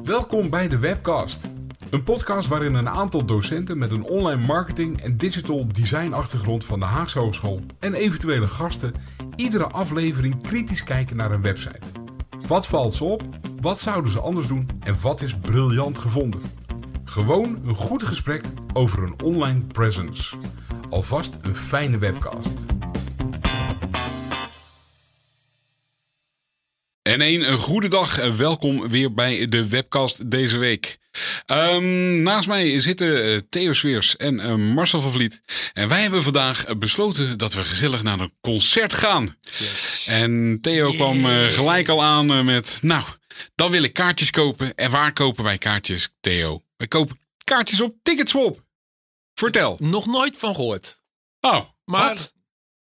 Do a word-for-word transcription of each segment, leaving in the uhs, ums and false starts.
Welkom bij de Webcast. Een podcast waarin een aantal docenten met een online marketing en digital design achtergrond van de Haagse Hogeschool en eventuele gasten iedere aflevering kritisch kijken naar een website. Wat valt ze op? Wat zouden ze anders doen? En wat is briljant gevonden? Gewoon een goed gesprek over een online presence. Alvast een fijne webcast. En een, een goede dag en welkom weer bij de Webcast deze week. Um, naast mij zitten uh, Theo Sweers en uh, Marcel van Vliet. En wij hebben vandaag uh, besloten dat we gezellig naar een concert gaan. Yes. En Theo yeah. kwam uh, gelijk al aan uh, met, nou, dan wil ik kaartjes kopen. En waar kopen wij kaartjes, Theo? Wij kopen kaartjes op Ticketswap. Vertel. Nog nooit van gehoord. Oh, maar... N-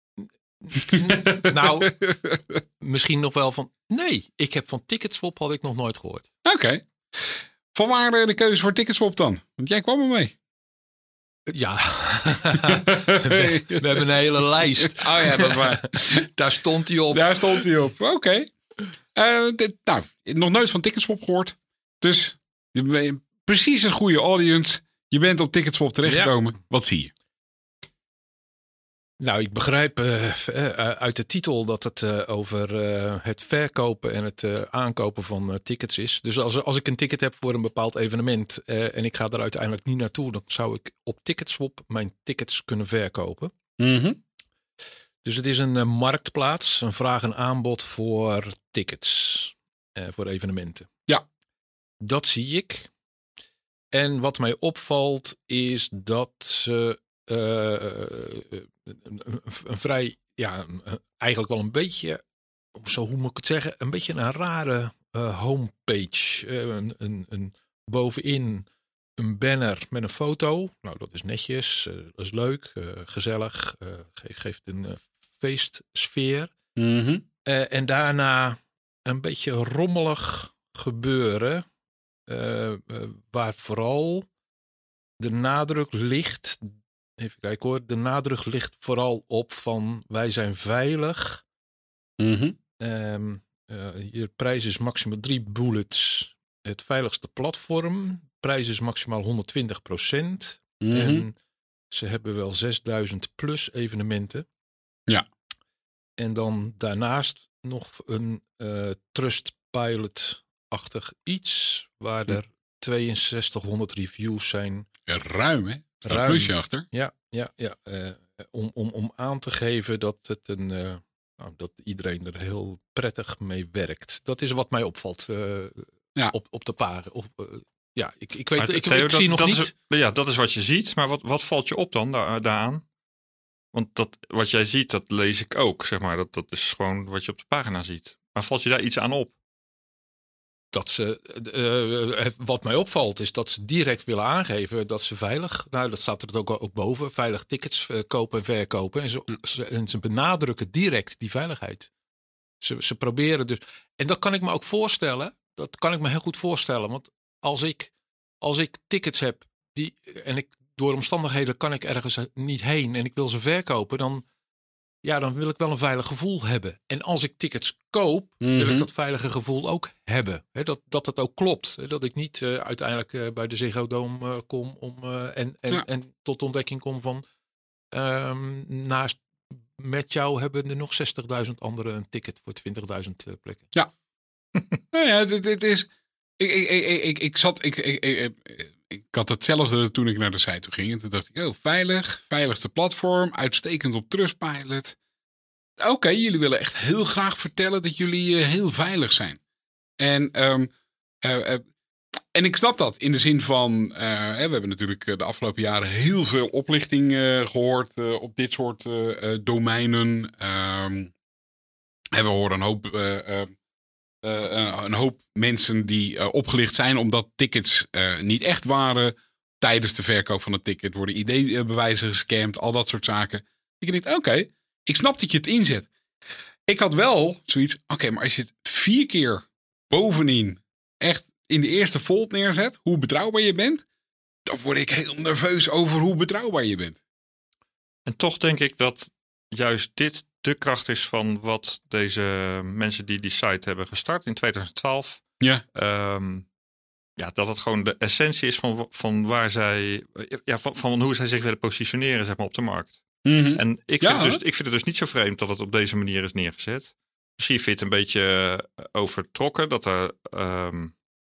nou, misschien nog wel van... Nee, ik heb van Ticketswap had ik nog nooit gehoord. Oké. Okay. Vanwaar de keuze voor Ticketswap dan? Want jij kwam er mee. Ja, we, we hebben een hele lijst. Oh ja, dat is waar. Daar stond hij op. Daar stond hij op. Oké. Okay. Uh, nou, nog nooit van Ticketswap gehoord. Dus je bent precies een goede audience. Je bent op Ticketswap terechtgekomen. Ja. Wat zie je? Nou, ik begrijp uh, uh, uit de titel dat het uh, over uh, het verkopen en het uh, aankopen van uh, tickets is. Dus als, als ik een ticket heb voor een bepaald evenement uh, en ik ga er uiteindelijk niet naartoe, dan zou ik op Ticketswap mijn tickets kunnen verkopen. Mm-hmm. Dus het is een uh, marktplaats, een vraag en aanbod voor tickets, uh, voor evenementen. Ja. Dat zie ik. En wat mij opvalt is dat ze... Uh, een, een, een vrij, ja, eigenlijk wel een beetje, zo hoe moet ik het zeggen, een beetje een rare uh, homepage. Uh, een, een, een, bovenin een banner met een foto. Nou, dat is netjes, uh, dat is leuk, uh, gezellig, uh, ge- geeft een uh, feestsfeer. Mm-hmm. Uh, en daarna een beetje rommelig gebeuren, uh, uh, waar vooral de nadruk ligt... Even kijken hoor. De nadruk ligt vooral op van wij zijn veilig. Mm-hmm. Um, uh, je prijs is maximaal drie bullets. Het veiligste platform. Prijs is maximaal honderdtwintig procent. Mm-hmm. En ze hebben wel zesduizend plus evenementen. Ja. En dan daarnaast nog een uh, Trustpilot-achtig iets. Waar er tweeënzestighonderd reviews zijn. Ja, ruim hè? Staat Ruim. een plusje achter. Ja, ja, ja. Uh, om, om, om aan te geven dat, het een, uh, nou, dat iedereen er heel prettig mee werkt. Dat is wat mij opvalt uh, ja. op, op de paren. Of, uh, ja, ik, ik weet maar, ik, Theo, ik dat, zie nog dat niet. Is, ja, dat is wat je ziet. Maar wat, wat valt je op dan da- daaraan? Want dat, wat jij ziet, dat lees ik ook. Zeg maar. dat, dat is gewoon wat je op de pagina ziet. Maar valt je daar iets aan op? Dat ze, uh, wat mij opvalt is dat ze direct willen aangeven dat ze veilig, nou dat staat er ook, ook boven, veilig tickets uh, kopen en verkopen. En ze, ze, en ze benadrukken direct die veiligheid. Ze, ze proberen dus, en dat kan ik me ook voorstellen, dat kan ik me heel goed voorstellen. Want als ik, als ik tickets heb die, en ik, door omstandigheden kan ik ergens niet heen en ik wil ze verkopen, dan... Ja, dan wil ik wel een veilig gevoel hebben. En als ik tickets koop, mm-hmm. wil ik dat veilige gevoel ook hebben. He, dat, dat het ook klopt. He, dat ik niet uh, uiteindelijk uh, bij de Ziggo Dome uh, kom om, uh, en, en, ja. en tot ontdekking kom van... Um, naast met jou hebben er nog zestigduizend anderen een ticket voor twintigduizend uh, plekken. Ja. Nou ja, dit, dit is... Ik, ik, ik, ik, ik zat... Ik, ik, ik, ik had hetzelfde toen ik naar de site toe ging. En toen dacht ik, oh, veilig, veiligste platform, uitstekend op Trustpilot. Oké, okay, jullie willen echt heel graag vertellen dat jullie uh, heel veilig zijn. En, um, uh, uh, en ik snap dat in de zin van, uh, hè, we hebben natuurlijk de afgelopen jaren heel veel oplichting uh, gehoord uh, op dit soort uh, uh, domeinen. Um, en we horen een hoop... Uh, uh, Uh, een hoop mensen die uh, opgelicht zijn omdat tickets uh, niet echt waren. Tijdens de verkoop van het ticket worden I D-bewijzen gescamd. Al dat soort zaken. Ik denk, oké, okay, ik snap dat je het inzet. Ik had wel zoiets, oké, okay, maar als je het vier keer bovenin echt in de eerste fold neerzet, hoe betrouwbaar je bent, dan word ik heel nerveus over hoe betrouwbaar je bent. En toch denk ik dat juist dit de kracht is van wat deze mensen die die site hebben gestart in twintig twaalf. Ja. Um, ja, dat het gewoon de essentie is van, van waar zij, ja, van, van hoe zij zich willen positioneren, zeg maar, op de markt. Mm-hmm. En ik vind, Ja, dus, ik vind het dus niet zo vreemd dat het op deze manier is neergezet. Misschien vind je het een beetje overtrokken dat er, um,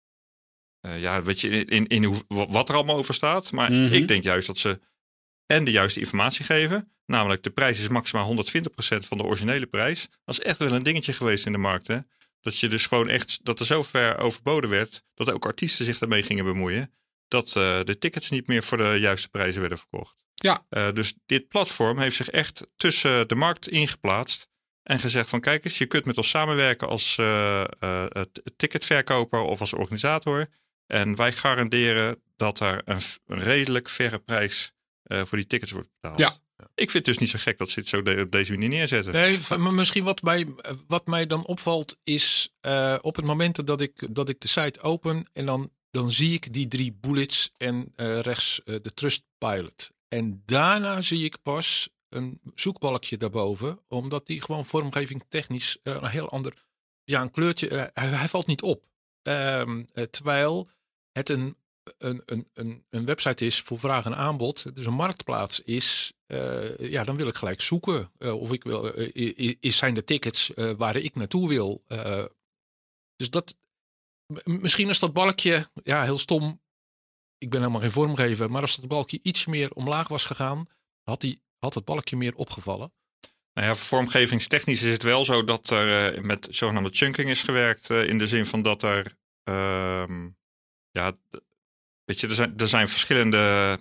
uh, ja, weet je, in, in, in hoe, wat er allemaal over staat. Maar Mm-hmm. ik denk juist dat ze en de juiste informatie geven. Namelijk, de prijs is maximaal honderdtwintig procent van de originele prijs. Dat is echt wel een dingetje geweest in de markt, hè. Dat je dus gewoon echt, dat er zo ver overboden werd, dat ook artiesten zich daarmee gingen bemoeien, dat uh, de tickets niet meer voor de juiste prijzen werden verkocht. Ja. Uh, dus dit platform heeft zich echt tussen de markt ingeplaatst en gezegd van kijk eens, je kunt met ons samenwerken als uh, uh, ticketverkoper of als organisator. En wij garanderen dat er een, een redelijk verre prijs uh, voor die tickets wordt betaald. Ja. Ik vind het dus niet zo gek dat ze het zo de, op deze manier neerzetten. Nee, maar misschien wat mij, wat mij dan opvalt is uh, op het moment dat ik, dat ik de site open en dan, dan zie ik die drie bullets en uh, rechts uh, de Trustpilot. En daarna zie ik pas een zoekbalkje daarboven, omdat die gewoon vormgeving technisch uh, een heel ander, ja, een kleurtje, uh, hij, hij valt niet op. Um, uh, terwijl het een, een, een, een, een website is voor vraag en aanbod, dus een marktplaats is, uh, ja, dan wil ik gelijk zoeken. Uh, of ik wil, uh, is zijn de tickets uh, waar ik naartoe wil. Uh, dus dat, m- misschien is dat balkje, ja, heel stom. Ik ben helemaal geen vormgever, maar als dat balkje iets meer omlaag was gegaan, had, die, had het balkje meer opgevallen. Nou ja, vormgevingstechnisch is het wel zo dat er uh, met zogenaamde chunking is gewerkt. Uh, in de zin van dat er, uh, ja, weet je, er zijn, er zijn verschillende,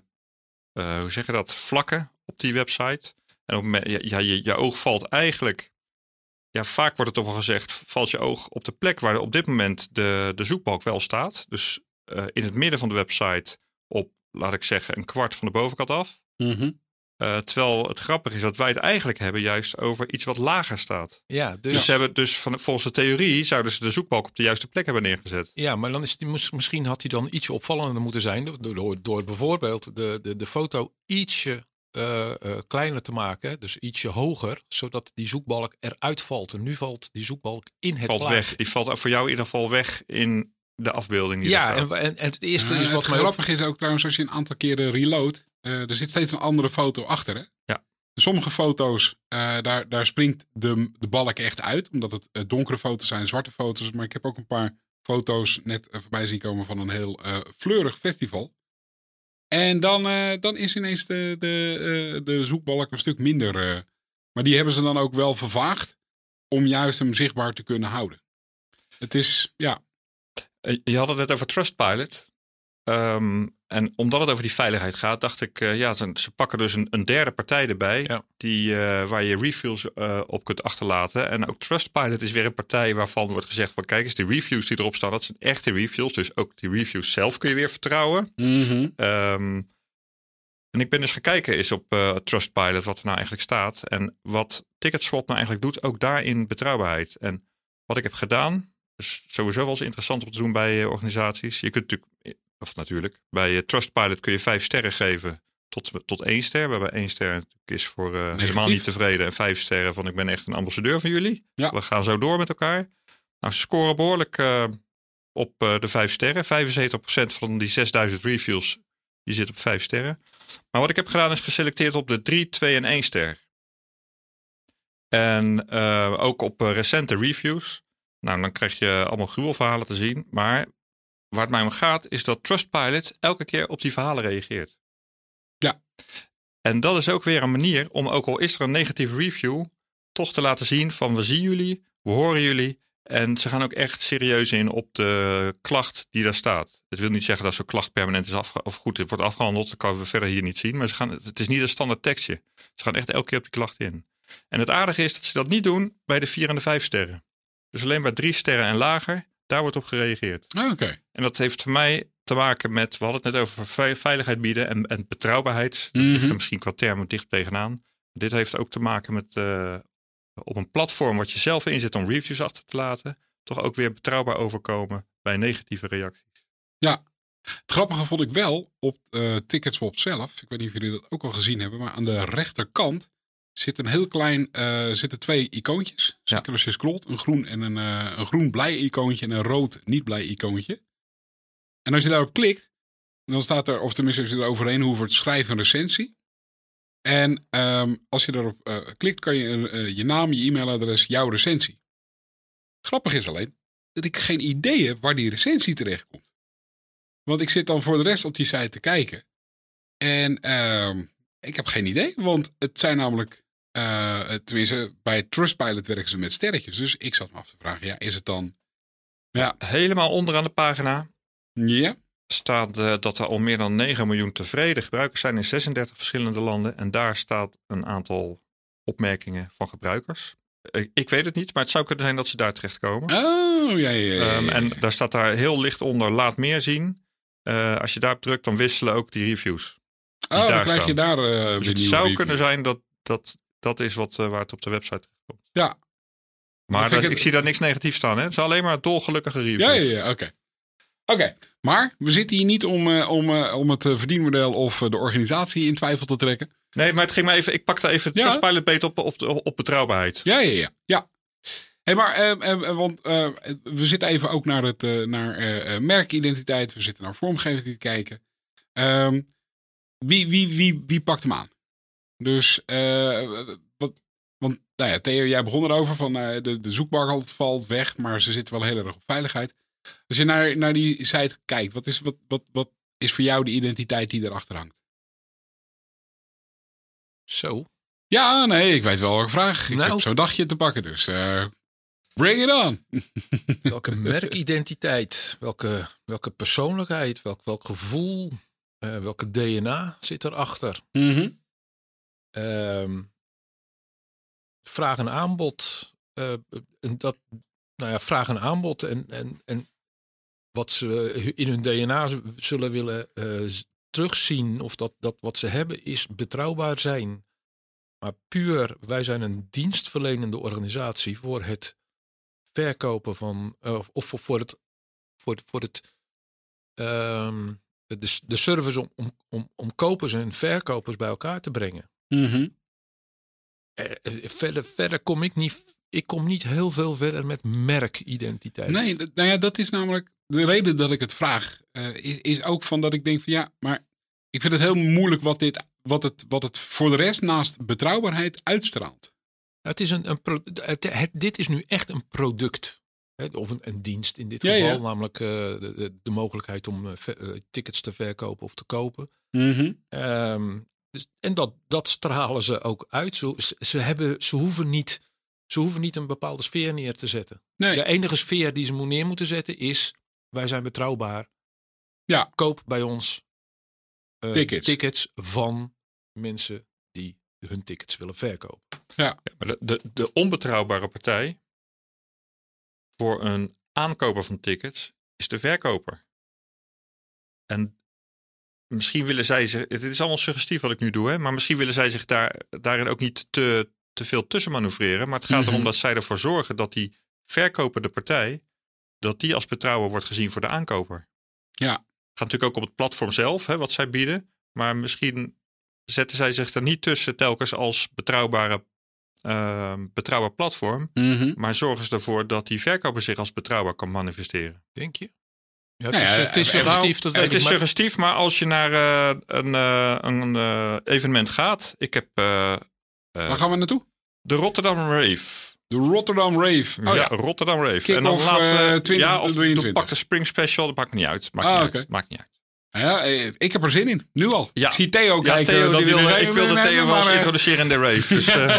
uh, hoe zeg je dat, vlakken op die website. En op, ja, je, je oog valt eigenlijk, ja, vaak wordt het toch wel gezegd, valt je oog op de plek waar op dit moment de, de zoekbalk wel staat. Dus uh, in het midden van de website op, laat ik zeggen, een kwart van de bovenkant af. Mm-hmm. Uh, terwijl het grappige is dat wij het eigenlijk hebben juist over iets wat lager staat. Ja, dus, Dus, ze hebben dus van, volgens de theorie zouden ze de zoekbalk op de juiste plek hebben neergezet. Ja, maar dan is die, misschien had hij dan ietsje opvallender moeten zijn. Door, door, door bijvoorbeeld de, de, de foto ietsje uh, uh, kleiner te maken. Dus ietsje hoger, zodat die zoekbalk eruit valt. En nu valt die zoekbalk in het valt plaatje. weg. Die valt voor jou in ieder geval weg in de afbeelding die ja, er staat. en, en, en het eerste Uh, is wat het mij grappige is ook trouwens, als je een aantal keren reload, uh, er zit steeds een andere foto achter, hè? Ja. Sommige foto's, uh, daar, daar springt de, de balk echt uit, omdat het uh, donkere foto's zijn, zwarte foto's. Maar ik heb ook een paar foto's net uh, voorbij zien komen van een heel uh, fleurig festival. En dan, uh, dan is ineens de, de, uh, de zoekbalk een stuk minder. Uh, maar die hebben ze dan ook wel vervaagd om juist hem zichtbaar te kunnen houden. Het is, ja... Je had het net over Trustpilot. Um, en omdat het over die veiligheid gaat, dacht ik, uh, ja, ze, ze pakken dus een, een derde partij erbij, Ja. die, uh, waar je reviews uh, op kunt achterlaten. En ook Trustpilot is weer een partij waarvan wordt gezegd van, kijk eens, die reviews die erop staan, dat zijn echte reviews. Dus ook die reviews zelf kun je weer vertrouwen. Mm-hmm. Um, en ik ben dus gaan kijken is op uh, Trustpilot wat er nou eigenlijk staat. En wat Ticketswap nou eigenlijk doet, ook daarin betrouwbaarheid. En wat ik heb gedaan, is sowieso wel eens interessant om te doen bij uh, organisaties. Je kunt natuurlijk, of natuurlijk, bij uh, Trustpilot kun je vijf sterren geven tot, tot één ster. Waarbij één ster natuurlijk is voor uh, helemaal niet tevreden. En vijf sterren van ik ben echt een ambassadeur van jullie. Ja. We gaan zo door met elkaar. Nou, ze scoren behoorlijk uh, op uh, de vijf sterren. vijfenzeventig procent van die zesduizend reviews, die zit op vijf sterren. Maar wat ik heb gedaan is geselecteerd op de drie, twee en één ster. En uh, ook op uh, recente reviews. Nou, dan krijg je allemaal gruwelverhalen te zien. Maar waar het mij om gaat is dat Trustpilot elke keer op die verhalen reageert. Ja. En dat is ook weer een manier om, ook al is er een negatieve review, toch te laten zien van we zien jullie, we horen jullie. En ze gaan ook echt serieus in op de klacht die daar staat. Het wil niet zeggen dat zo'n klacht permanent is afge- of goed, het wordt afgehandeld. Dat kunnen we verder hier niet zien. Maar ze gaan, het is niet een standaard tekstje. Ze gaan echt elke keer op die klacht in. En het aardige is dat ze dat niet doen bij de vier en de vijf sterren. Dus alleen bij drie sterren en lager, daar wordt op gereageerd. Oh, okay. En dat heeft voor mij te maken met, we hadden het net over veiligheid bieden en, en betrouwbaarheid. Dat mm-hmm. ligt er misschien qua termen dicht tegenaan. Dit heeft ook te maken met uh, op een platform wat je zelf inzet om reviews achter te laten, toch ook weer betrouwbaar overkomen bij negatieve reacties. Ja, het grappige vond ik wel op uh, Ticketswap zelf. Ik weet niet of jullie dat ook al gezien hebben, maar aan de rechterkant zit een heel klein, uh, zitten twee icoontjes. Zeker ja. Als je scrolt, een groen en een, uh, een groen blij icoontje en een rood niet blij icoontje. En als je daarop klikt, dan staat er, of tenminste als je er overheen hoeft, schrijf een recensie. En um, als je daarop uh, klikt, kan je uh, je naam, je e-mailadres, jouw recensie. Grappig is alleen dat ik geen idee heb waar die recensie terecht komt. Want ik zit dan voor de rest op die site te kijken. En uh, ik heb geen idee, want het zijn namelijk, uh, tenminste bij Trustpilot werken ze met sterretjes. Dus ik zat me af te vragen, ja, is het dan... Ja. Helemaal onderaan de pagina Ja. staat uh, dat er al meer dan negen miljoen tevreden gebruikers zijn in zesendertig verschillende landen. En daar staat een aantal opmerkingen van gebruikers. Ik, ik weet het niet, maar het zou kunnen zijn dat ze daar terechtkomen. Oh, ja, ja, ja. ja, Um, ja. en daar staat daar heel licht onder, laat meer zien. Uh, als je daarop drukt, dan wisselen ook die reviews. Die Oh, daar dan krijg staan. je daar uh, weer Dus het nieuwe zou reviews. kunnen zijn dat dat, dat is wat, uh, waar het op de website komt. Ja. Maar vind dat, ik ik, het- zie daar niks negatiefs staan. Hè? Het zijn alleen maar dolgelukkige reviews. Ja, ja, ja, oké. Oké, maar we zitten hier niet om, uh, om, uh, om het uh, verdienmodel of uh, de organisatie in twijfel te trekken. Nee, maar het ging maar even. Ik pakte even het Ja. Trustpilot beet op, op, op, op betrouwbaarheid. Ja, ja, ja. ja. Hey, maar, uh, uh, want uh, we zitten even ook naar, het, uh, naar uh, uh, merkidentiteit. We zitten naar vormgeving te kijken. Um, wie, wie, wie, wie pakt hem aan? Dus, uh, wat, want nou ja, Theo, jij begon erover van uh, de, de zoekbar valt weg, maar ze zitten wel heel erg op veiligheid. Als je naar, naar die site kijkt, wat is, wat, wat, wat is voor jou de identiteit die erachter hangt? Zo. Ja, nee, ik weet wel welke vraag. Ik Nou. heb zo'n dagje te pakken, dus uh, bring it on. Welke merkidentiteit, welke, welke persoonlijkheid, welk, welk gevoel, uh, welke D N A zit erachter? Mm-hmm. Um, vraag en aanbod. Uh, en dat, nou ja, vraag en aanbod en, en, en wat ze in hun D N A z- zullen willen uh, z- terugzien of dat, dat wat ze hebben is betrouwbaar zijn. Maar puur, wij zijn een dienstverlenende organisatie voor het verkopen van, uh, of voor, voor het, voor, voor het um, de, de service om, om, om, om kopers en verkopers bij elkaar te brengen. Mm-hmm. Uh, verder, verder kom ik niet, ik kom niet heel veel verder met merkidentiteit. Nee, d- nou ja, dat is namelijk de reden dat ik het vraag. Uh, is, is ook van dat ik denk van ja, maar ik vind het heel moeilijk wat, dit, wat, het, wat het voor de rest naast betrouwbaarheid uitstraalt. Het is een, een pro, het, het, dit is nu echt een product. Hè, of een, een dienst in dit Ja, geval. ja. Namelijk uh, de, de, de mogelijkheid om uh, ver, uh, tickets te verkopen of te kopen. Mm-hmm. Um, dus, en dat, dat stralen ze ook uit. Ze, ze, hebben, ze, hoeven niet, ze hoeven niet een bepaalde sfeer neer te zetten. Nee. De enige sfeer die ze neer moeten zetten is: wij zijn betrouwbaar. Ja. Koop bij ons uh, Tickets. tickets van mensen die hun tickets willen verkopen. Ja. Ja, maar de, de, de onbetrouwbare partij voor een aankoper van tickets is de verkoper. En misschien willen zij zich, het is allemaal suggestief wat ik nu doe, hè, maar misschien willen zij zich daar, daarin ook niet te, te veel tussen manoeuvreren. Maar het gaat Mm-hmm. erom dat zij ervoor zorgen dat die verkopende partij, dat die als betrouwbaar wordt gezien voor de aankoper. Ja. Het gaat natuurlijk ook op het platform zelf, hè, wat zij bieden. Maar misschien zetten zij zich er niet tussen telkens als betrouwbare, uh, betrouwbaar platform. Mm-hmm. Maar zorgen ze ervoor dat die verkoper zich als betrouwbaar kan manifesteren. Denk je? Ja, het, Nou is, ja, het is eh, suggestief. Dat weet Het ik, is maar- suggestief, maar als je naar uh, een, uh, een uh, evenement gaat. Ik heb uh, uh, Waar gaan we naartoe? de Rotterdam Rave. De Rotterdam Rave. Oh ja, ja. Rotterdam Rave. Kick-off, laten we, uh, twintig ja, of drieëntwintig. pak de Spring Special, dat maakt me niet uit. Maakt, Ah, niet, oké. uit. maakt niet uit. Ja, ik heb er zin in. Nu al. Ja. Ik zie Theo Ja, kijken. Theo, dat die hij wilde, er ik zin wilde in Theo heeft, wel eens maar, uh, introduceren in de Rave. Dus, uh,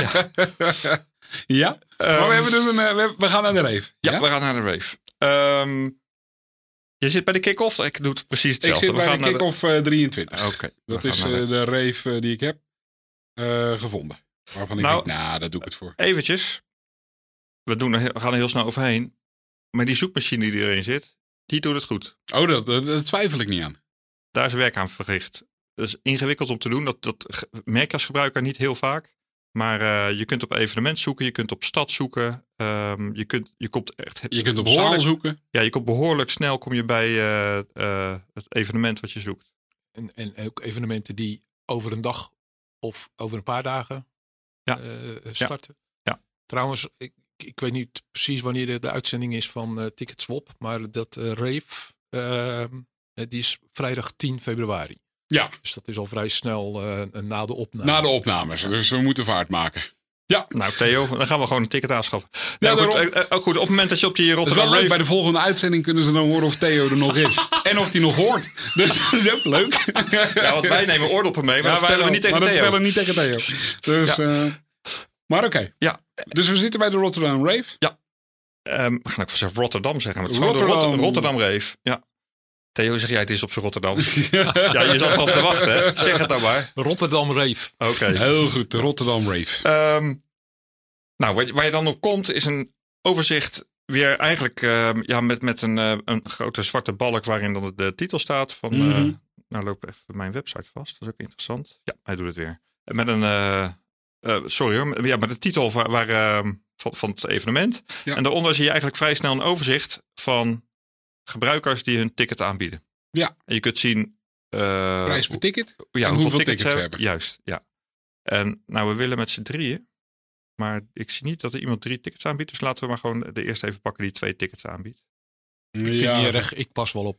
ja. Maar um, we, hebben dus een, uh, we, we gaan naar de Rave. ja, Ja? we gaan naar de Rave. Um, je zit bij de kick-off? Ik doe het precies Ik hetzelfde. zit we bij gaan de naar kick-off uh, drieëntwintig. Oké. we Dat gaan is naar uh, de- de Rave uh, die ik heb uh, gevonden. Waarvan ik Nou, denk, nou, daar doe ik het voor. Eventjes. We, doen er, heel- we gaan er heel snel overheen. Maar die zoekmachine die erin zit, die doet het goed. Oh, dat, dat, dat twijfel ik niet aan. Daar is werk aan verricht. Dat is ingewikkeld om te doen. Dat, dat ge- merk je als gebruiker niet heel vaak. Maar uh, je kunt op evenement zoeken. Je kunt op stad zoeken. Um, je, kunt, je komt echt... Je kunt op behoorlijk- zaal zoeken. Ja, je komt behoorlijk snel kom je bij uh, uh, het evenement wat je zoekt. En, en ook evenementen die over een dag of over een paar dagen Ja. uh, starten. Ja. Trouwens, ik, ik weet niet precies wanneer de, de uitzending is van uh, Ticketswap. Maar dat uh, Rave Uh, die is vrijdag tien februari. Ja. Dus dat is al vrij snel uh, na de opname. Na de opnames. Dus we moeten vaart maken. Ja. Nou Theo, dan gaan we gewoon een ticket aanschaffen. Ja, nou, goed, uh, ook goed, op het moment dat je op die Rotterdam Rave... Rave... Bij de volgende uitzending kunnen ze dan horen of Theo er nog is. En of hij nog hoort. Dus dat is ook leuk. Ja, want wij nemen oordoppen mee, maar ja, dat vertellen we niet tegen maar Theo. dat vertellen we niet tegen Theo. Dus, ja. uh, maar oké. Okay. Ja. Dus we zitten bij de Rotterdam Rave. Ja. Um, ga ik vanzelf Rotterdam zeggen. Maar het is Rotterdam. de Rot- Rotterdam Rave. Ja. Theo, zeg jij het is op zijn Rotterdam. Ja, je zat erop te wachten. Hè? Zeg het dan maar. Rotterdam Rave. Oké. Okay. Heel goed, de Rotterdam Rave. Um, nou, waar, waar je dan op komt is een overzicht weer eigenlijk um, ja, met, met een, uh, een grote zwarte balk waarin dan de, de titel staat. Van, mm-hmm. uh, nou, loop even mijn website vast. Dat is ook interessant. Ja, hij doet het weer. Met een, uh, uh, sorry hoor, ja, met de titel waar, waar, uh, van, van het evenement. Ja. En daaronder zie je eigenlijk vrij snel een overzicht van gebruikers die hun ticket aanbieden. Ja. En je kunt zien... Uh, prijs per ticket? Ja, en hoeveel, hoeveel tickets, tickets hebben. hebben. Juist, ja. En nou, we willen met z'n drieën. Maar ik zie niet dat er iemand drie tickets aanbiedt. Dus laten we maar gewoon de eerste even pakken die twee tickets aanbiedt. Ik vind ja. niet erg, ik pas wel op.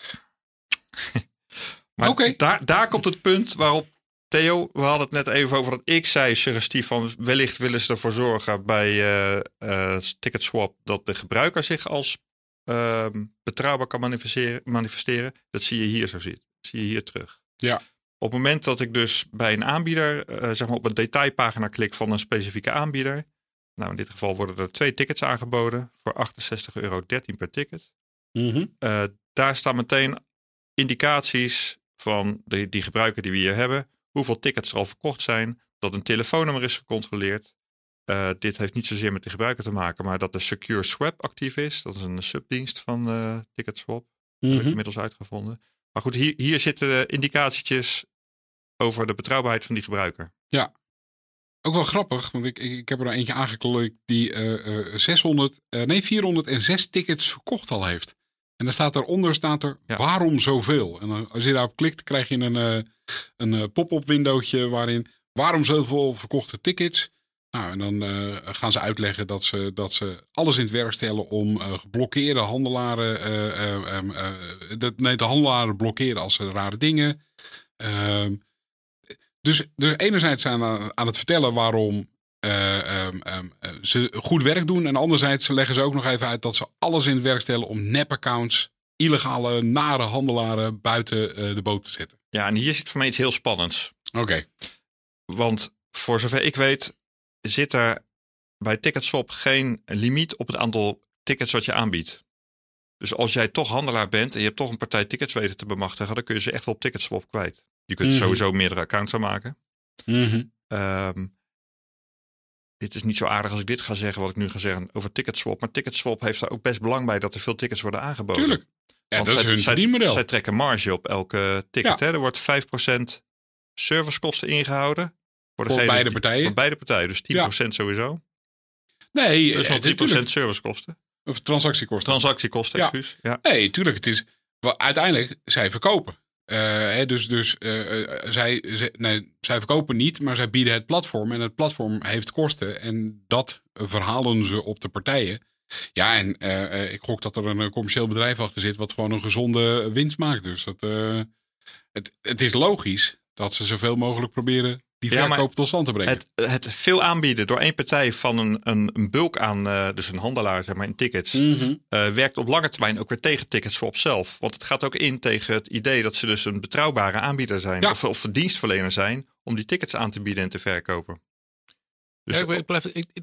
Maar okay. daar, daar komt het punt waarop Theo, we hadden het net even over dat ik zei, suggestief van wellicht willen ze ervoor zorgen bij uh, uh, Ticketswap dat de gebruiker zich als uh, betrouwbaar kan manifesteren, manifesteren. Dat zie je hier zo zit. Zie je hier terug. Ja. Op het moment dat ik dus bij een aanbieder, uh, zeg maar op een detailpagina klik van een specifieke aanbieder. Nou, in dit geval worden er twee tickets aangeboden voor achtenzestig euro dertien per ticket. Mm-hmm. Uh, daar staan meteen indicaties van de, die gebruiker die we hier hebben. Hoeveel tickets er al verkocht zijn. Dat een telefoonnummer is gecontroleerd. Uh, dit heeft niet zozeer met de gebruiker te maken, maar dat de Secure Swap actief is. Dat is een subdienst van uh, Ticketswap. Mm-hmm. Heb ik inmiddels uitgevonden. Maar goed, hier, hier zitten indicatietjes over de betrouwbaarheid van die gebruiker. Ja, ook wel grappig, want ik, ik, ik heb er eentje aangeklikt die uh, uh, zeshonderd, uh, nee, vierhonderdzes tickets verkocht al heeft. En dan staat eronder, staat er, ja. waarom zoveel? En dan, als je daarop klikt, krijg je een, uh, een uh, pop-up windowtje waarin, waarom zoveel verkochte tickets? Nou, en dan uh, gaan ze uitleggen dat ze, dat ze alles in het werk stellen om uh, geblokkeerde handelaren, uh, uh, um, uh, de, nee, de handelaren blokkeren als ze rare dingen. Uh, dus, dus enerzijds zijn we aan het vertellen waarom uh, um, um, ze goed werk doen. En anderzijds leggen ze ook nog even uit dat ze alles in het werk stellen om nep-accounts, illegale, nare handelaren buiten uh, de boot te zetten. Ja, en hier zit voor mij iets heel spannends. Oké. Okay. Want voor zover ik weet zit er bij Ticketswap geen limiet op het aantal tickets wat je aanbiedt. Dus als jij toch handelaar bent en je hebt toch een partij tickets weten te bemachtigen, dan kun je ze echt wel op Ticketswap kwijt. Je kunt mm-hmm. sowieso meerdere accounts aanmaken. Mm-hmm. Um, dit is niet zo aardig als ik dit ga zeggen, wat ik nu ga zeggen over Ticketswap. Maar Ticketswap heeft er ook best belang bij dat er veel tickets worden aangeboden. Tuurlijk. Ja, Want dat zij, is hun zij, verdienmodel. Zij trekken marge op elke ticket. Ja. Hè? Er wordt vijf procent servicekosten ingehouden. Voor, voor beide partijen? Voor beide partijen, dus tien procent ja. sowieso. Nee, dus nog drie procent servicekosten. Of transactiekosten. Transactiekosten, ja. excuus. Ja. Nee, tuurlijk. Het is, well, uiteindelijk, zij verkopen. Uh, hè, dus dus uh, uh, zij, zij, nee, zij verkopen niet, maar zij bieden het platform. En het platform heeft kosten. En dat verhalen ze op de partijen. Ja, en uh, uh, ik gok dat er een commercieel bedrijf achter zit wat gewoon een gezonde winst maakt. Dus dat, uh, het, het is logisch dat ze zoveel mogelijk proberen die ja, verkoop tot stand te brengen. Het, het veel aanbieden door één partij van een, een, een bulk aan, uh, dus een handelaar zeg maar, in tickets, mm-hmm. uh, werkt op lange termijn ook weer tegen Ticketswap zelf. Want het gaat ook in tegen het idee dat ze dus een betrouwbare aanbieder zijn. Ja. Of, of een dienstverlener zijn om die tickets aan te bieden en te verkopen. Dus ja, ik, blijf, ik, ik,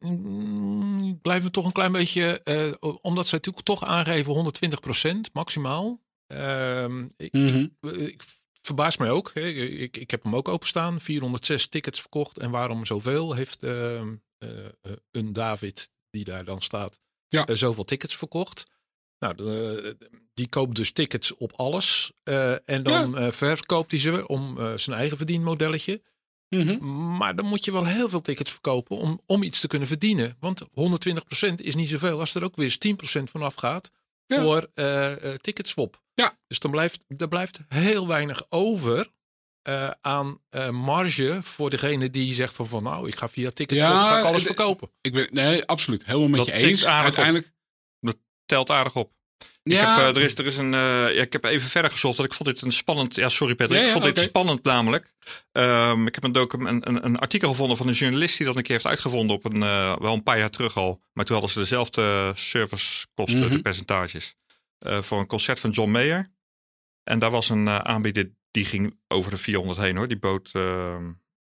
ik blijf er toch een klein beetje, uh, omdat ze natuurlijk toch aangeven honderdtwintig procent maximaal. Uh, ik, mm-hmm. ik, ik verbaast mij ook. Hè. Ik, ik heb hem ook openstaan. vierhonderdzes tickets verkocht. En waarom zoveel? Heeft uh, uh, een David, die daar dan staat, ja. uh, zoveel tickets verkocht. Nou, de, die koopt dus tickets op alles. Uh, en dan ja. uh, verkoopt hij ze om uh, zijn eigen verdienmodelletje. Mm-hmm. Maar dan moet je wel heel veel tickets verkopen om, om iets te kunnen verdienen. Want honderdtwintig procent is niet zoveel. Als er ook weer eens tien procent vanaf gaat ja. voor uh, uh, Ticketswap. Ja. Dus dan blijft er blijft heel weinig over uh, aan uh, marge voor degene die zegt van, van nou, ik ga via Ticketswap ja, ga ik alles d- verkopen. Ik ben, nee, absoluut. Helemaal met dat je eens. Uiteindelijk. Op. Dat telt aardig op. Ja. Ik heb, uh, er is, er is een, uh, ja, ik heb even verder gezocht. Want ik vond dit een spannend. Ja, sorry Patrick. Ja, ja, ik vond okay. dit spannend namelijk. Um, ik heb een, docu- een, een, een artikel gevonden van een journalist die dat een keer heeft uitgevonden op een uh, wel een paar jaar terug al. Maar toen hadden ze dezelfde servicekosten, mm-hmm. de percentages. Uh, voor een concert van John Mayer. En daar was een uh, aanbieder die ging over de vierhonderd heen hoor. Die bood. Uh,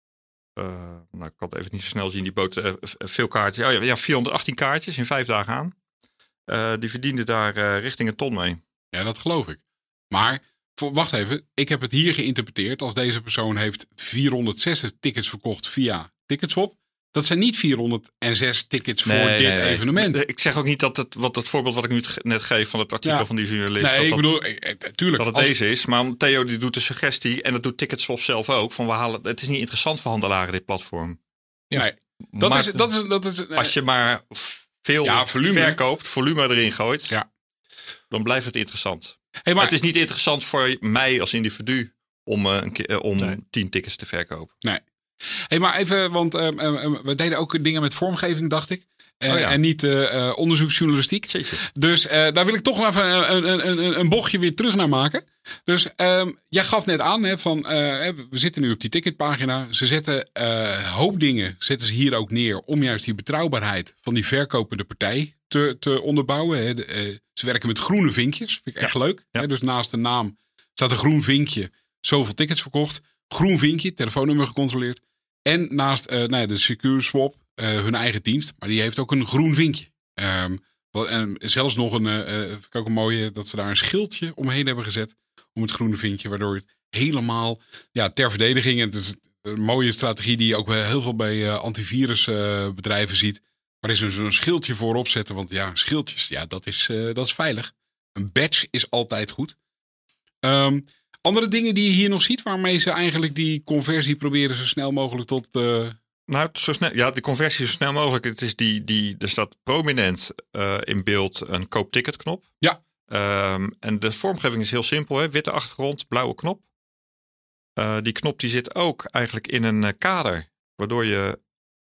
uh, nou, ik kan het even niet zo snel zien. Die bood uh, veel kaartjes. Oh ja, ja, vierhonderdachttien kaartjes in vijf dagen aan. Uh, die verdiende daar uh, richting een ton mee. Ja, dat geloof ik. Maar, wacht even. Ik heb het hier geïnterpreteerd als deze persoon heeft vierhonderdzestig tickets verkocht via Ticketswap. Dat zijn niet vierhonderdzes tickets voor nee, dit nee, nee. evenement. Ik zeg ook niet dat het, wat het voorbeeld wat ik nu net geef van het artikel ja. van die journalist. Nee, dat ik dat, bedoel, ik, tuurlijk. Dat het als... deze is. Maar Theo die doet de suggestie, en dat doet Ticketswap zelf ook, van we halen, het is niet interessant voor handelaren dit platform. Ja. Nee, dat maar, is, dat is, dat is, als je maar veel ja, volume. verkoopt, volume erin gooit, ja. dan blijft het interessant. Hey, maar, het is niet interessant voor mij als individu om, uh, een keer, uh, om nee. tien tickets te verkopen. Nee. Hey, maar even, want uh, uh, we deden ook dingen met vormgeving, dacht ik. Uh, oh ja. En niet uh, uh, onderzoeksjournalistiek. Zeker. Dus uh, daar wil ik toch nog even een, een, een, een bochtje weer terug naar maken. Dus um, jij gaf net aan, hè, van, uh, we zitten nu op die ticketpagina. Ze zetten uh, hoop dingen, zetten ze hier ook neer om juist die betrouwbaarheid van die verkopende partij te, te onderbouwen. Hè. De, uh, ze werken met groene vinkjes, vind ik echt ja. leuk. Ja. Hè. Dus naast de naam staat een groen vinkje, zoveel tickets verkocht. Groen vinkje, telefoonnummer gecontroleerd. En naast uh, nou ja, de Secure Swap, uh, hun eigen dienst, maar die heeft ook een groen vinkje. Um, en zelfs nog een, uh, vind ik ook een mooie, dat ze daar een schildje omheen hebben gezet om het groene vinkje, waardoor het helemaal ja, ter verdediging. En het is een mooie strategie die je ook heel veel bij uh, antivirusbedrijven uh, ziet. Waar is er zo'n schildje voorop zetten, want ja, schildjes, ja, dat is, uh, dat is veilig. Een badge is altijd goed. Um, Andere dingen die je hier nog ziet, waarmee ze eigenlijk die conversie proberen zo snel mogelijk tot... Uh... Nou, zo snel, ja, de conversie zo snel mogelijk. Het is die, die, er staat prominent uh, in beeld een koop-ticketknop. Ja. Um, en de vormgeving is heel simpel, hè? Witte achtergrond, blauwe knop. Uh, die knop die zit ook eigenlijk in een uh, kader, waardoor je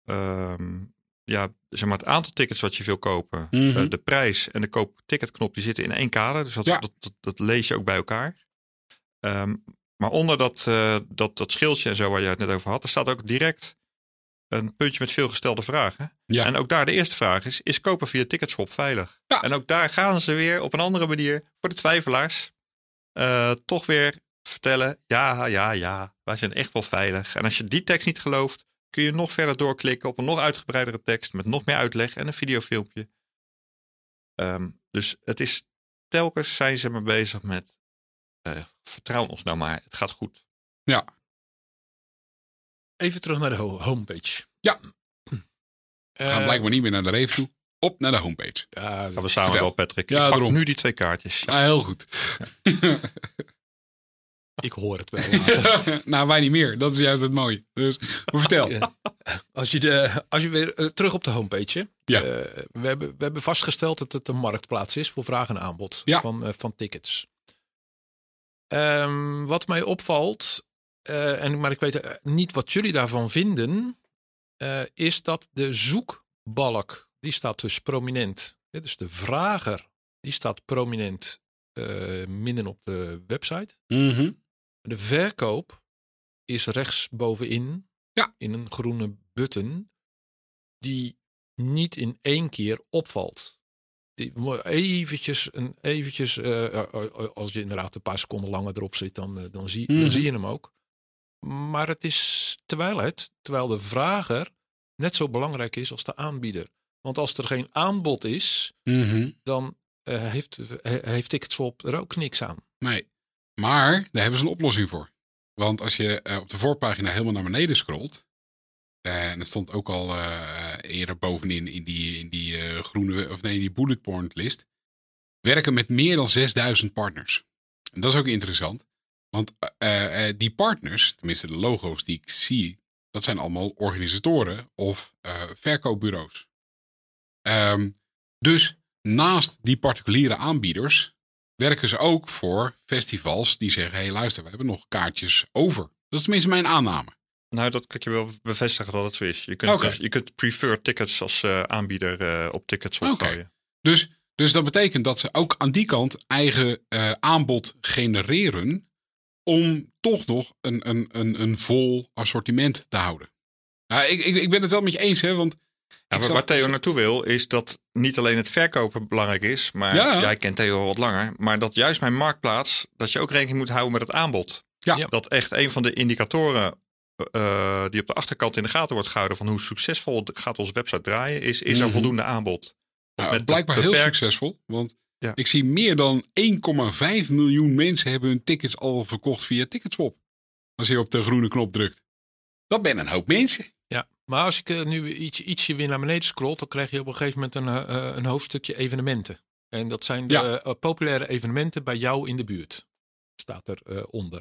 um, ja, zeg maar het aantal tickets wat je wil kopen, mm-hmm. uh, de prijs en de koop-ticketknop die zitten in één kader. Dus dat, ja. dat, dat, dat lees je ook bij elkaar. Um, maar onder dat, uh, dat, dat schildje en zo waar je het net over had, er staat ook direct een puntje met veel gestelde vragen. Ja. En ook daar de eerste vraag is, is kopen via Ticketswap veilig? Ja. En ook daar gaan ze weer op een andere manier voor de twijfelaars uh, toch weer vertellen, ja, ja, ja, wij zijn echt wel veilig. En als je die tekst niet gelooft, kun je nog verder doorklikken op een nog uitgebreidere tekst met nog meer uitleg en een videofilmpje. Um, dus het is, telkens zijn ze maar bezig met Uh, vertrouw ons nou maar, het gaat goed. Ja. Even terug naar de ho- homepage. Ja. We gaan uh, blijkbaar niet meer naar de Reef toe. Op naar de homepage. Ja, gaan we samen vertel. wel, Patrick. Ja, ik pak daarom. nu die twee kaartjes. Ja, heel goed. Ja. Ik hoor het wel later. Nou, wij niet meer. Dat is juist het mooie. Dus, maar vertel. Ja. Als je, de, als je weer uh, terug op de homepage. Ja. Uh, we, hebben, we hebben vastgesteld dat het een marktplaats is voor vraag en aanbod ja. van, uh, van tickets. Um, wat mij opvalt, uh, en, maar ik weet uh, niet wat jullie daarvan vinden, uh, is dat de zoekbalk, die staat dus prominent. Ja, dus de vrager, die staat prominent uh, midden op de website. Mm-hmm. De verkoop is rechts bovenin, ja. in een groene button, die niet in één keer opvalt. Die, eventjes, een, eventjes uh, als je inderdaad een paar seconden langer erop zit, dan, uh, dan, zie, mm. dan zie je hem ook. Maar het is terwijl het, terwijl de vrager net zo belangrijk is als de aanbieder. Want als er geen aanbod is, mm-hmm. dan uh, heeft, uh, heeft Ticketswap er ook niks aan. Nee, maar daar hebben ze een oplossing voor. Want als je uh, op de voorpagina helemaal naar beneden scrolt, Uh, en dat stond ook al uh, eerder bovenin in die, in die uh, groene, of nee, in die bullet point list. Werken met meer dan zesduizend partners. En dat is ook interessant. Want uh, uh, die partners, tenminste de logo's die ik zie, dat zijn allemaal organisatoren of uh, verkoopbureaus. Um, dus naast die particuliere aanbieders werken ze ook voor festivals die zeggen, hé hey, luister, we hebben nog kaartjes over. Dat is tenminste mijn aanname. Nou, dat kan ik je wel bevestigen dat het zo is. Je kunt, okay. dus, je kunt prefer tickets als uh, aanbieder uh, op Ticketswap okay. gooien. Dus Dus dat betekent dat ze ook aan die kant eigen uh, aanbod genereren om toch nog een, een, een, een vol assortiment te houden. Nou, ik, ik, ik ben het wel met je eens, hè, want... Ja, waar, waar Theo naartoe wil, is dat niet alleen het verkopen belangrijk is, maar ja. jij kent Theo al wat langer, maar dat juist mijn marktplaats, dat je ook rekening moet houden met het aanbod. Ja. Dat echt een van de indicatoren uh, die op de achterkant in de gaten wordt gehouden van hoe succesvol gaat onze website draaien, is, is er Mm-hmm. voldoende aanbod. Nou, met blijkbaar beperkt... heel succesvol, want ja. ik zie meer dan één komma vijf miljoen mensen hebben hun tickets al verkocht via Ticketswap. Als je op de groene knop drukt. Dat ben een hoop mensen. Ja, maar als ik uh, nu iets, ietsje weer naar beneden scroll, dan krijg je op een gegeven moment een, uh, een hoofdstukje evenementen. En dat zijn de Ja. uh, populaire evenementen bij jou in de buurt. Staat er uh, onder.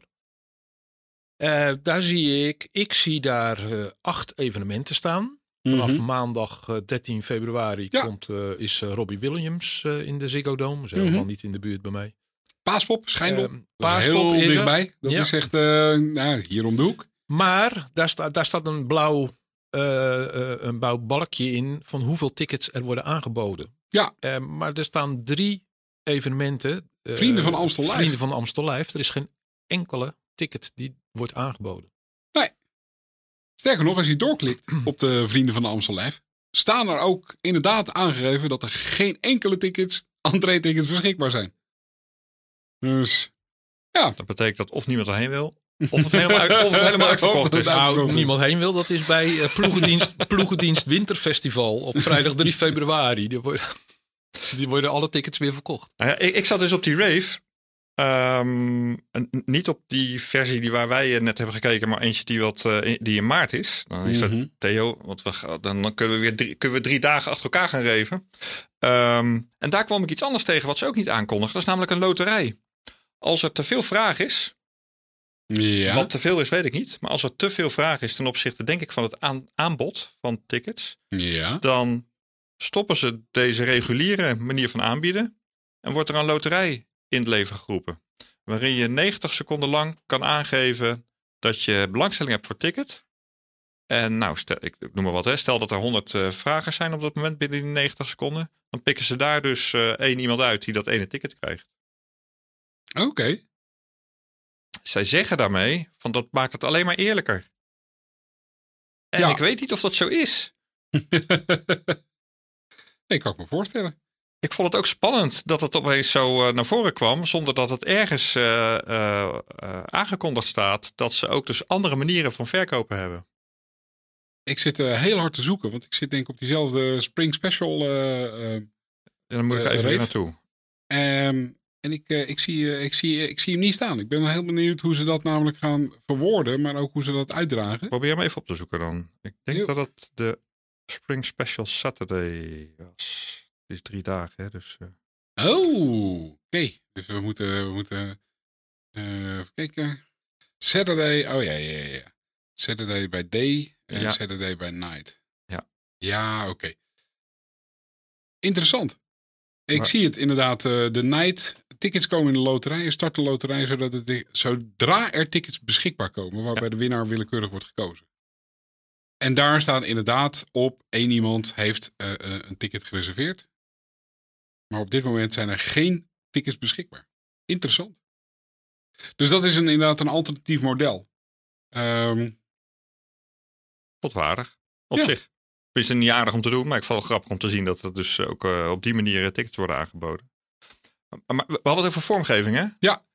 Uh, daar zie ik, ik zie daar uh, acht evenementen staan. Vanaf Mm-hmm. maandag uh, dertien februari Ja. komt, uh, is uh, Robbie Williams uh, in de Ziggo Dome. Dat is Mm-hmm. helemaal niet in de buurt bij mij. Paaspop, Schijndel. Uh, Paaspop Paaspop heel is er. dichtbij. Dat Ja. is echt uh, nou, hier om de hoek. Maar daar, sta, daar staat een blauw, uh, uh, een blauw balkje in van hoeveel tickets er worden aangeboden. Ja. Uh, maar er staan drie evenementen. Uh, Vrienden van Amstel Live. Vrienden van Amstel Live. Er is geen enkele ticket die wordt aangeboden. Nee. Sterker nog, als je doorklikt op de Vrienden van de Amstel Live, staan er ook inderdaad aangegeven dat er geen enkele tickets, entree-tickets beschikbaar zijn. Dus, ja. Dat betekent dat of niemand erheen wil, of het helemaal, uit, of het helemaal uitverkocht is. Nou, niemand heen wil. Dat is bij uh, Ploegendienst, Ploegendienst Winterfestival op vrijdag drie februari. Die worden, die worden alle tickets weer verkocht. Nou ja, ik, ik zat dus op die rave. Um, niet op die versie die waar wij net hebben gekeken, maar eentje die, wat, uh, die in maart is. Dan is Mm-hmm. dat Theo, want we, dan, dan kunnen we weer drie, kunnen we drie dagen achter elkaar gaan raven. Um, en daar kwam ik iets anders tegen wat ze ook niet aankondigen. Dat is namelijk een loterij. Als er te veel vraag is, Ja. wat te veel is weet ik niet, maar als er te veel vraag is ten opzichte denk ik van het aan, aanbod van tickets, Ja. dan stoppen ze deze reguliere manier van aanbieden en wordt er een loterij in het leven geroepen. Waarin je negentig seconden lang kan aangeven dat je belangstelling hebt voor ticket. En nou, stel, ik noem maar wat, hè. Stel dat er honderd uh, vragers zijn op dat moment binnen die negentig seconden. Dan pikken ze daar dus uh, één iemand uit die dat ene ticket krijgt. Oké. Okay. Zij zeggen daarmee, van dat maakt het alleen maar eerlijker. En ja. ik weet niet of dat zo is. Ik kan het me voorstellen. Ik vond het ook spannend dat het opeens zo uh, naar voren kwam, zonder dat het ergens uh, uh, uh, aangekondigd staat dat ze ook dus andere manieren van verkopen hebben. Ik zit uh, heel hard te zoeken, want ik zit denk ik op diezelfde Spring Special. Uh, uh, dan moet ik uh, even weer naartoe. Um, en ik, uh, ik, zie, uh, ik, zie, uh, ik zie hem niet staan. Ik ben heel benieuwd hoe ze dat namelijk gaan verwoorden, maar ook hoe ze dat uitdragen. Probeer hem even op te zoeken dan. Ik denk jo. dat het de Spring Special Saturday was. Het is drie dagen, hè, dus... Uh... Oh, oké. Okay. Dus we moeten... We moeten uh, even kijken. Saturday, oh ja, ja, ja. Saturday by day en ja. Saturday by night. Ja. Ja, oké. Okay. Interessant. Ik maar... zie het inderdaad. Uh, de night tickets komen in de loterij. Je start de loterij zodat het, zodra er tickets beschikbaar komen, waarbij ja. de winnaar willekeurig wordt gekozen. En daar staat inderdaad op, één iemand heeft uh, uh, een ticket gereserveerd. Maar op dit moment zijn er geen tickets beschikbaar. Interessant. Dus dat is een, inderdaad een alternatief model. Um, Tot waardig. Op ja. zich. Het is niet aardig om te doen, maar ik vond het grappig om te zien dat er dus ook uh, op die manier tickets worden aangeboden. Maar, maar we hadden het over vormgeving, hè? Ja.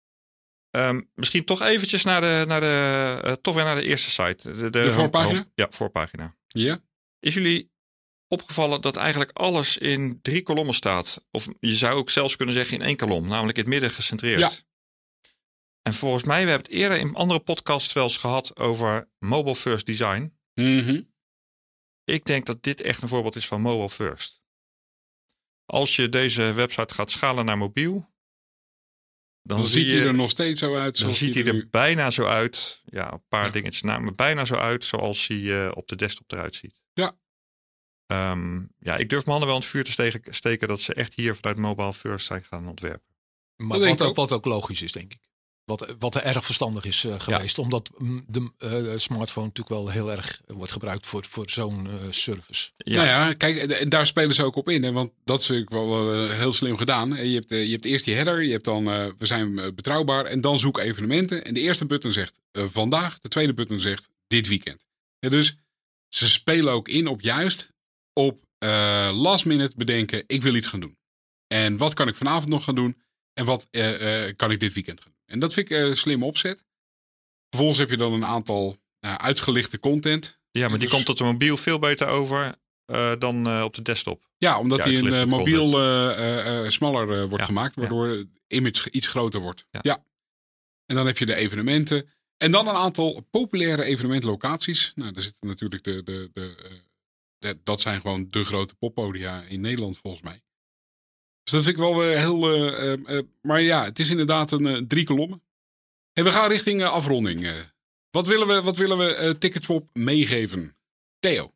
Um, misschien toch eventjes naar de, naar de, uh, toch weer naar de eerste site. De, de, de voorpagina? Home, ja, voorpagina. Ja. Is jullie opgevallen dat eigenlijk alles in drie kolommen staat? Of je zou ook zelfs kunnen zeggen in één kolom, namelijk in het midden gecentreerd. Ja. En volgens mij, we hebben het eerder in andere podcasts wel eens gehad over mobile first design. Mm-hmm. Ik denk dat dit echt een voorbeeld is van mobile first. Als je deze website gaat schalen naar mobiel, dan, dan ziet hij er nog steeds zo uit. Dan ziet hij er nu... bijna zo uit. Ja, een paar ja. dingetjes na, maar bijna zo uit zoals hij uh, op de desktop eruit ziet. Ja. Um, ja, ik durf mijn handen wel in het vuur te steken, steken dat ze echt hier vanuit mobile first zijn gaan ontwerpen. Maar wat ook, wat ook logisch is, denk ik. Wat, wat er erg verstandig is uh, geweest. Ja. Omdat de uh, smartphone natuurlijk wel heel erg wordt gebruikt voor, voor zo'n uh, service. Ja. Nou ja, kijk, en daar spelen ze ook op in. Hè, want dat is natuurlijk wel, wel uh, heel slim gedaan. Je hebt, uh, je hebt eerst die header. Je hebt dan, uh, we zijn uh, betrouwbaar. En dan zoek evenementen. En de eerste button zegt uh, vandaag. De tweede button zegt dit weekend. Ja, dus ze spelen ook in op juist op uh, last minute bedenken. Ik wil iets gaan doen. En wat kan ik vanavond nog gaan doen? En wat uh, uh, kan ik dit weekend gaan doen? En dat vind ik een uh, slim opzet. Vervolgens heb je dan een aantal uh, uitgelichte content. Ja, maar die dus, komt op de mobiel veel beter over uh, dan uh, op de desktop. Ja, omdat die in uh, mobiel uh, uh, uh, smaller uh, wordt ja, gemaakt. Waardoor ja. de image iets groter wordt. Ja. ja. En dan heb je de evenementen. En dan een aantal populaire evenementlocaties. Nou, daar zitten natuurlijk de... de, de, uh, de dat zijn gewoon de grote poppodia in Nederland volgens mij. Dus dat vind ik wel uh, heel... Uh, uh, uh, maar ja, het is inderdaad een uh, drie kolommen. Hey, we gaan richting uh, afronding. Uh, wat willen we, wat willen we uh, Ticketswap meegeven? Theo?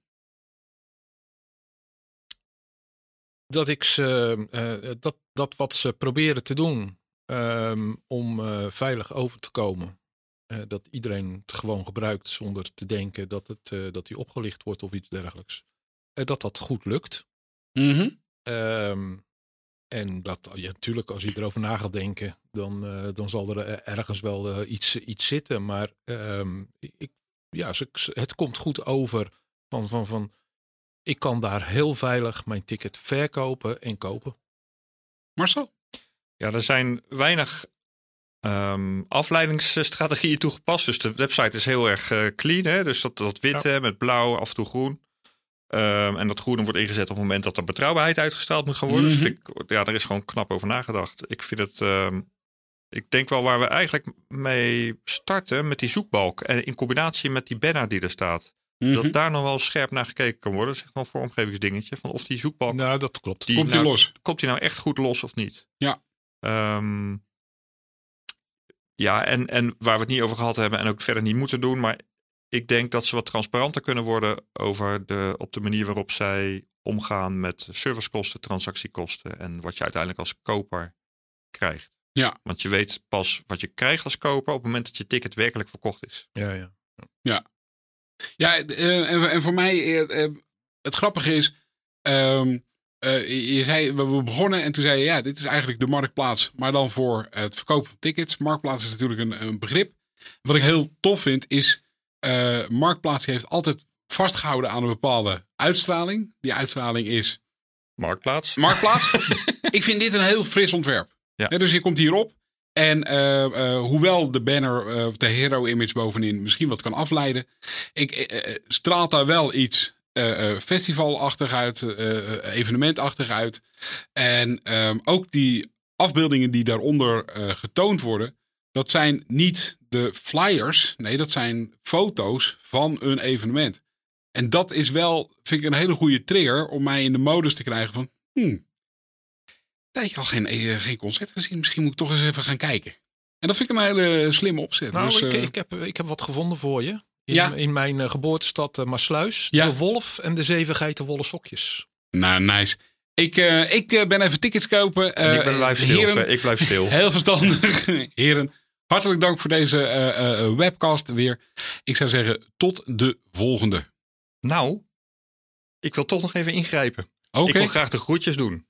Dat, ik ze, uh, dat, dat wat ze proberen te doen um, om uh, veilig over te komen. Uh, dat iedereen het gewoon gebruikt zonder te denken dat, het, uh, dat die opgelicht wordt of iets dergelijks. Uh, dat dat goed lukt. Mm-hmm. Um, En dat, ja, natuurlijk, als je erover na gaat denken, dan, uh, dan zal er ergens wel uh, iets, iets zitten. Maar um, ik, ja, het komt goed over van, van, van, ik kan daar heel veilig mijn ticket verkopen en kopen. Marcel? Ja, er zijn weinig um, afleidingsstrategieën toegepast. Dus de website is heel erg uh, clean. Hè? Dus dat, dat witte ja. met blauw, af en toe groen. Um, en dat groene wordt ingezet op het moment dat er betrouwbaarheid uitgestraald moet gaan worden. Mm-hmm. Dus vind ik, ja, daar is gewoon knap over nagedacht. Ik vind het, um, ik denk wel waar we eigenlijk mee starten met die zoekbalk. En in combinatie met die banner die er staat. Mm-hmm. Dat daar nog wel scherp naar gekeken kan worden. Dat is echt wel een vormgevingsdingetje. Van of die zoekbalk... Nou, dat klopt. Die komt die nou, los? Komt die nou echt goed los of niet? Ja. Um, ja, en, en waar we het niet over gehad hebben en ook verder niet moeten doen, maar ik denk dat ze wat transparanter kunnen worden over de, op de manier waarop zij omgaan met servicekosten, transactiekosten en wat je uiteindelijk als koper krijgt. Ja. Want je weet pas wat je krijgt als koper op het moment dat je ticket werkelijk verkocht is. Ja, ja. Ja, ja uh, en, en voor mij, uh, uh, het grappige is, um, uh, je zei, we begonnen en toen zei je, ja, dit is eigenlijk de marktplaats, maar dan voor het verkopen van tickets. Marktplaats is natuurlijk een, een begrip. Wat ik heel tof vind is, Uh, Marktplaats heeft altijd vastgehouden aan een bepaalde uitstraling. Die uitstraling is... Marktplaats. Marktplaats. Ik vind dit een heel fris ontwerp. Ja. Ja, dus je komt hierop. En uh, uh, hoewel de banner of uh, de hero image bovenin misschien wat kan afleiden. Ik, uh, straalt daar wel iets uh, uh, festivalachtig uit. Uh, evenementachtig uit. En um, ook die afbeeldingen die daaronder uh, getoond worden. Dat zijn niet de flyers. Nee, dat zijn foto's van een evenement. En dat is wel, vind ik, een hele goede trigger om mij in de modus te krijgen van... Hmm, ik heb al geen, geen concert gezien. Misschien moet ik toch eens even gaan kijken. En dat vind ik een hele slimme opzet. Nou, dus, ik, uh, ik, heb, ik heb wat gevonden voor je. In, ja. in mijn uh, geboortestad uh, Maassluis. Ja. De wolf en de zeven geitenwolle sokjes. Nou, nice. Ik, uh, ik uh, ben even tickets kopen. Uh, en ik ben blijf stil. Heren, ik blijf stil. Heel verstandig. Heren, hartelijk dank voor deze uh, uh, webcast weer. Ik zou zeggen, tot de volgende. Nou, ik wil toch nog even ingrijpen. Okay. Ik wil graag de groetjes doen.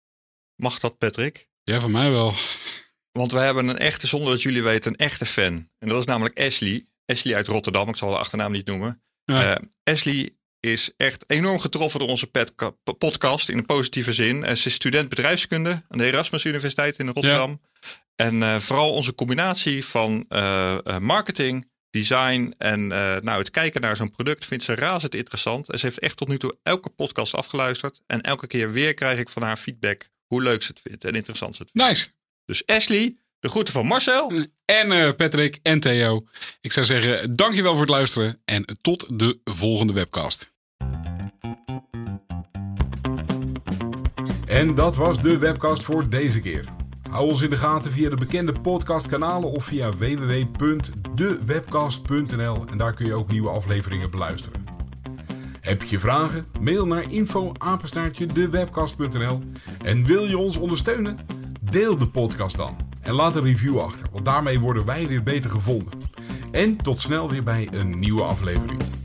Mag dat, Patrick? Ja, van mij wel. Want we hebben een echte, zonder dat jullie weten, een echte fan. En dat is namelijk Ashley. Ashley uit Rotterdam, ik zal de achternaam niet noemen. Ja. Uh, Ashley is echt enorm getroffen door onze pedca- podcast in een positieve zin. Uh, ze is student bedrijfskunde aan de Erasmus Universiteit in Rotterdam. Ja. En uh, vooral onze combinatie van uh, uh, marketing, design en uh, nou, het kijken naar zo'n product vindt ze razend interessant. En ze heeft echt tot nu toe elke podcast afgeluisterd. En elke keer weer krijg ik van haar feedback hoe leuk ze het vindt en interessant ze het vindt. Nice. Dus Ashley, de groeten van Marcel. En uh, Patrick en Theo. Ik zou zeggen, dankjewel voor het luisteren. En tot de volgende webcast. En dat was de webcast voor deze keer. Hou ons in de gaten via de bekende podcastkanalen of via w w w punt de webcast punt n l. En daar kun je ook nieuwe afleveringen beluisteren. Heb je vragen? Mail naar info apenstaartje de webcast punt n l. En wil je ons ondersteunen? Deel de podcast dan. En laat een review achter, want daarmee worden wij weer beter gevonden. En tot snel weer bij een nieuwe aflevering.